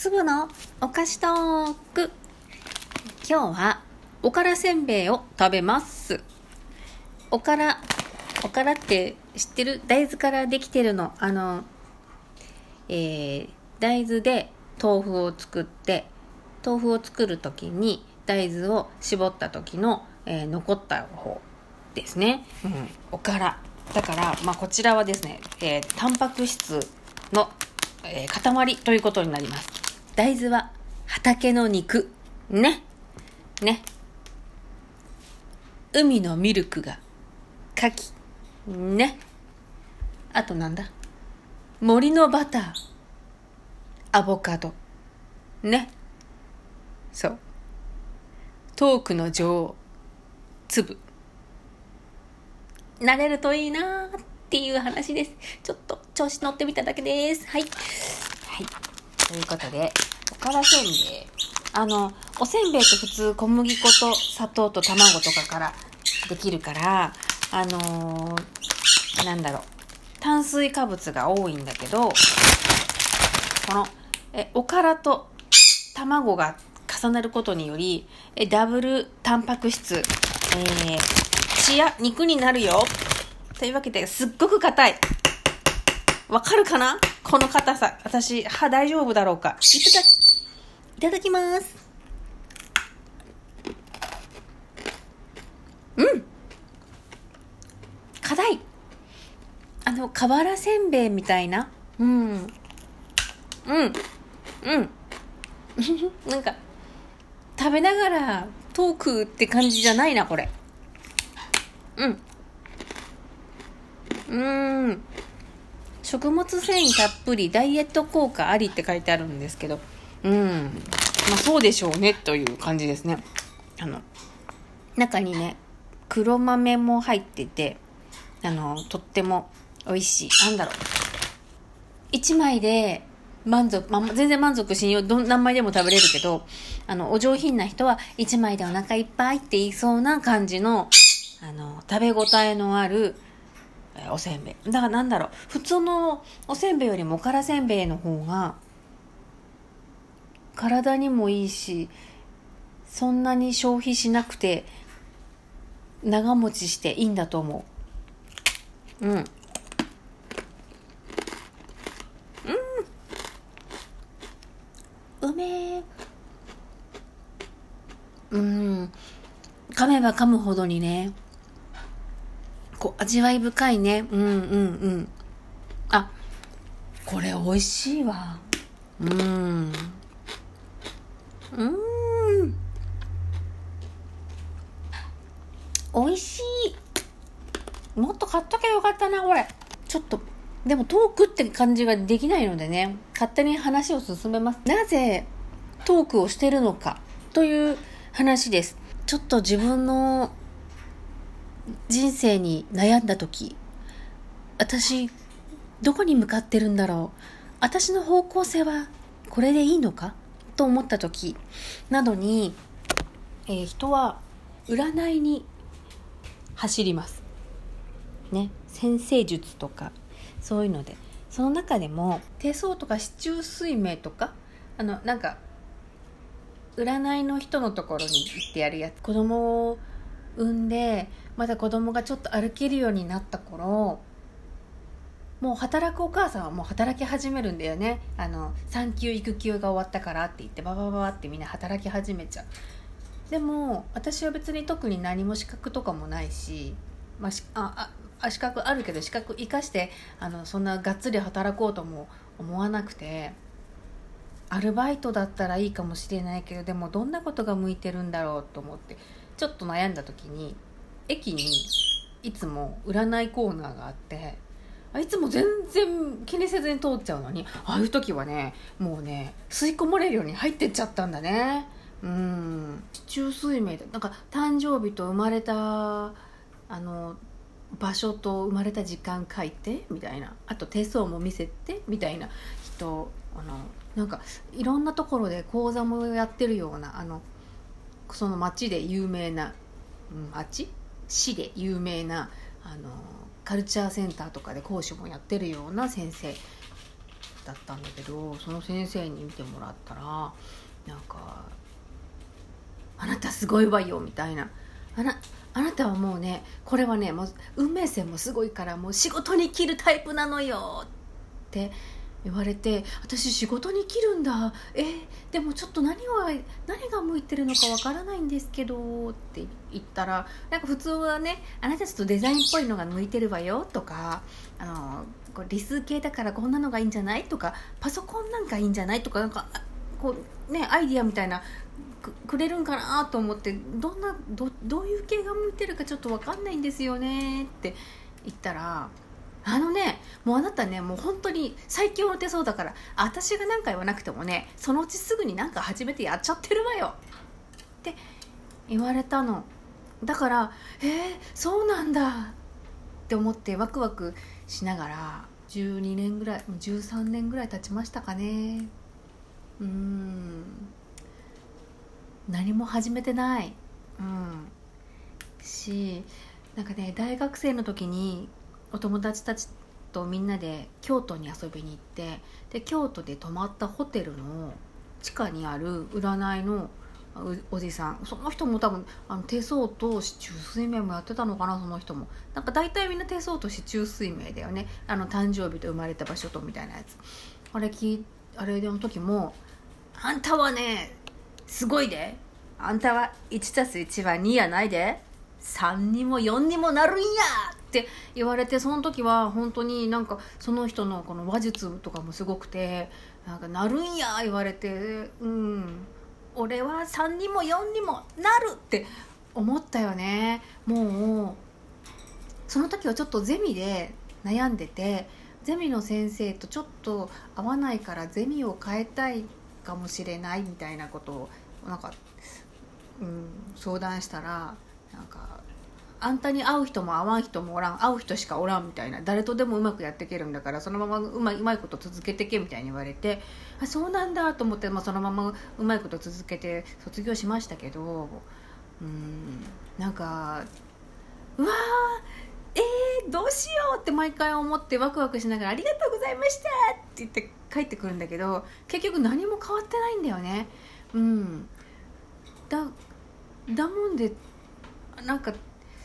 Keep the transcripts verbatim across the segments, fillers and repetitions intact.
粒のお菓子トーク。今日はおからせんべいを食べます。おからおからって知ってる？大豆からできてるの。あの、えー、大豆で豆腐を作って豆腐を作るときに大豆を絞った時の、えー、残った方ですね、うん、おからだから、まあ、こちらはですね、えー、タンパク質の、えー、塊ということになります。大豆は畑の肉ねね海のミルクが牡蠣ね、あとなんだ、森のバターアボカドね、そうトークの女王粒。なれるといいなーっていう話です。ちょっと調子乗ってみただけです。はいはい、ということでおからせんべい、あのおせんべいって普通小麦粉と砂糖と卵とかからできるから、あのー、なんだろう炭水化物が多いんだけど、このえおからと卵が重なることによりえダブルタンパク質、えー、血や肉になるよというわけで、すっごく硬い。わかるかな、この硬さ。私歯大丈夫だろうか。いただきいただきます。うん硬い。あの瓦せんべいみたいな、うんうんうんなんか食べながらトークって感じじゃないなこれ。うんうーん食物繊維たっぷり、ダイエット効果ありって書いてあるんですけど、うんまあそうでしょうねという感じですね。あの中にね黒豆も入ってて、あのとっても美味しい。なんだろう、いちまいで満足、まあ、全然満足しんよ、ど何枚でも食べれるけど、あのお上品な人はいちまいでお腹いっぱいって言いそうな感じの、あの食べ応えのあるおせんべいだから、なんだろう、普通のおせんべいよりもおからせんべいの方が体にもいいし、そんなに消費しなくて長持ちしていいんだと思う。うんうんうめー。うん噛めば噛むほどにね、こう味わい深いね。うんうんうん。あ、これ美味しいわ。うんうん美味しい。もっと買っときゃよかったなこれ。ちょっとでもトークって感じができないのでね、勝手に話を進めます。なぜトークをしてるのかという話です。ちょっと自分の人生に悩んだ時、私どこに向かってるんだろう、私の方向性はこれでいいのかと思った時などに、えー、人は占いに走りますね。占星術とかそういうので、その中でも手相とか四柱推命とか、あのなんか占いの人のところに行ってやるやつ、子供を産んでまた子供がちょっと歩けるようになった頃、もう働くお母さんはもう働き始めるんだよね。あの産休育休が終わったからって言ってババババってみんな働き始めちゃう。でも私は別に特に何も資格とかもないし、まあ、しああ資格あるけど資格生かしてあのそんながっつり働こうとも思わなくて、アルバイトだったらいいかもしれないけど、でもどんなことが向いてるんだろうと思ってちょっと悩んだ時に、駅にいつも占いコーナーがあって、いつも全然気にせずに通っちゃうのに、ああいう時はねもうね吸い込まれるように入ってっちゃったんだね。うん四柱推命でなんか誕生日と生まれたあの場所と生まれた時間書いてみたいな、あと手相も見せてみたいな人、あのなんかいろんなところで講座もやってるような、あのその町で有名な、町市で有名なあのカルチャーセンターとかで講師もやってるような先生だったんだけど、その先生に見てもらったらなんかあなたすごいわよみたいな、あなあなたはもうね、これはねもう運命線もすごいからもう仕事に生きるタイプなのよって言われて、私仕事に生きるんだ、えー、でもちょっと何が何が向いてるのかわからないんですけどって言ったら、なんか普通はね、あなたちょっとデザインっぽいのが向いてるわよとか、あのこう理数系だからこんなのがいいんじゃないとか、パソコンなんかいいんじゃないとか、なんかこうねアイディアみたいなく, くれるんかなと思って、どんな ど, どういう系が向いてるかちょっと分かんないんですよねって言ったら、あのねもうあなたねもう本当に最強の手相だから、私が何か言わなくてもねそのうちすぐに何か始めてやっちゃってるわよって言われたの。だからえー、そうなんだって思ってワクワクしながらじゅうにねんぐらいじゅうさんねんぐらい経ちましたかね。うーん何も始めてない、うん、し、なんかね大学生の時にお友達たちとみんなで京都に遊びに行って、で京都で泊まったホテルの地下にある占いのおじさん、その人も多分あの手相と四柱推命もやってたのかな。その人もなんか大体みんな手相と四柱推命だよね、あの誕生日と生まれた場所とみたいなやつ。あれ聞いあれの時も、あんたはねすごいで、あんたは いちたすいち はにやないで、さんにもよんにもなるんやって言われて、その時は本当になんかその人のこの話術とかもすごくて、なんかなるんや言われて、うん俺はさんにもよんにもなるって思ったよね。もうその時はちょっとゼミで悩んでて、ゼミの先生とちょっと合わないからゼミを変えたいかもしれないみたいなことをなんか、うん、相談したら、なんかあんたに会う人も会わん人もおらん、会う人しかおらんみたいな、誰とでもうまくやっていけるんだからそのままうまい、うまいこと続けてけみたいに言われて、あそうなんだと思って、まあ、そのままうまいこと続けて卒業しましたけど、うんなんかうわーえー、どうしようって毎回思ってワクワクしながらありがとうございましたって言って帰ってくるんだけど、結局何も変わってないんだよね。うんだだもんでなんか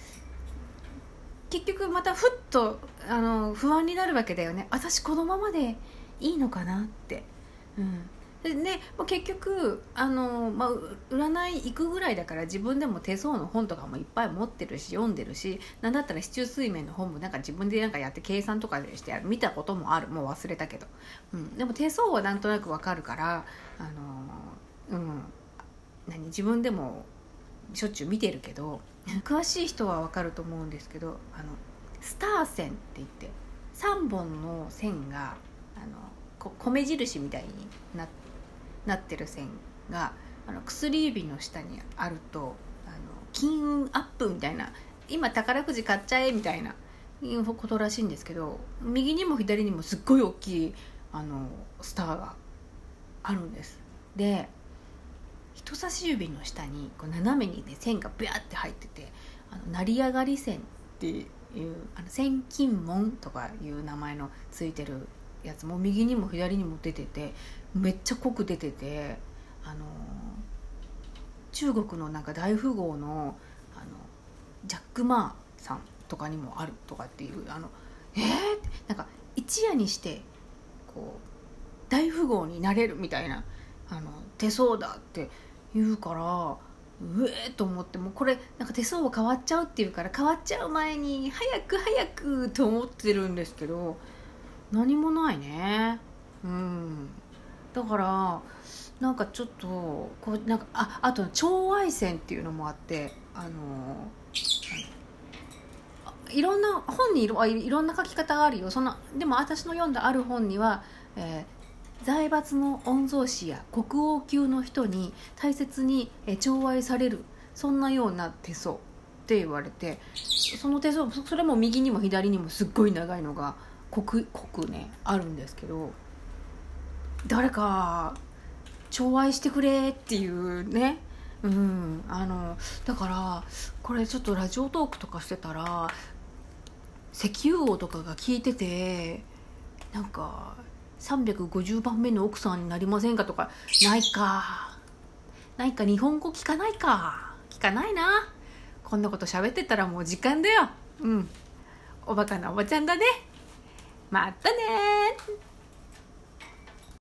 結局またふっとあの不安になるわけだよね。私このままでいいのかなって、うんでね、まあ、結局あの、まあ、占い行くぐらいだから自分でも手相の本とかもいっぱい持ってるし読んでるし、なんだったら四柱推命の本もなんか自分でなんかやって計算とかでして見たこともある。もう忘れたけど、うん、でも手相はなんとなくわかるから、あの、うん、何自分でもしょっちゅう見てるけど詳しい人はわかると思うんですけど、あのスター線って言ってさんぼんの線があのこ米印みたいになってなってる線があの薬指の下にあるとあの金運アップみたいな、今宝くじ買っちゃえみたいないうことらしいんですけど、右にも左にもすっごい大きいあのスターがあるんです。で人差し指の下にこう斜めに、ね、線がビャーって入ってて、あの成り上がり線っていうあの千金門とかいう名前のついてるやつも右にも左にも出てて、めっちゃ濃く出てて、あの中国のなんか大富豪の、あのジャック・マーさんとかにもあるとかっていう、あのえー、なんか一夜にしてこう大富豪になれるみたいなあの手相だって言うから、うえーと思って、もうこれなんか手相変わっちゃうっていうから変わっちゃう前に早く早くと思ってるんですけど、何もないね。うんだからなんかちょっとこうなんか あ, あと寵愛線っていうのもあって、あのいろんな本にい ろ, いろんな書き方があるよ。そのでも私の読んだある本には、えー、財閥の御曹司や国王級の人に大切に、えー、寵愛される、そんなような手相って言われて、その手相それも右にも左にもすっごい長いのが濃く濃くねあるんですけど、誰か寵愛してくれっていうね、うん、あのだからこれちょっとラジオトークとかしてたら石油王とかが聞いてて、なんかさんびゃくごじゅうばんめの奥さんになりませんかとか、ないか。ないか、日本語聞かないか。聞かないな。こんなこと喋ってたらもう時間だよ。うん。おバカなおばちゃんだね。またねー。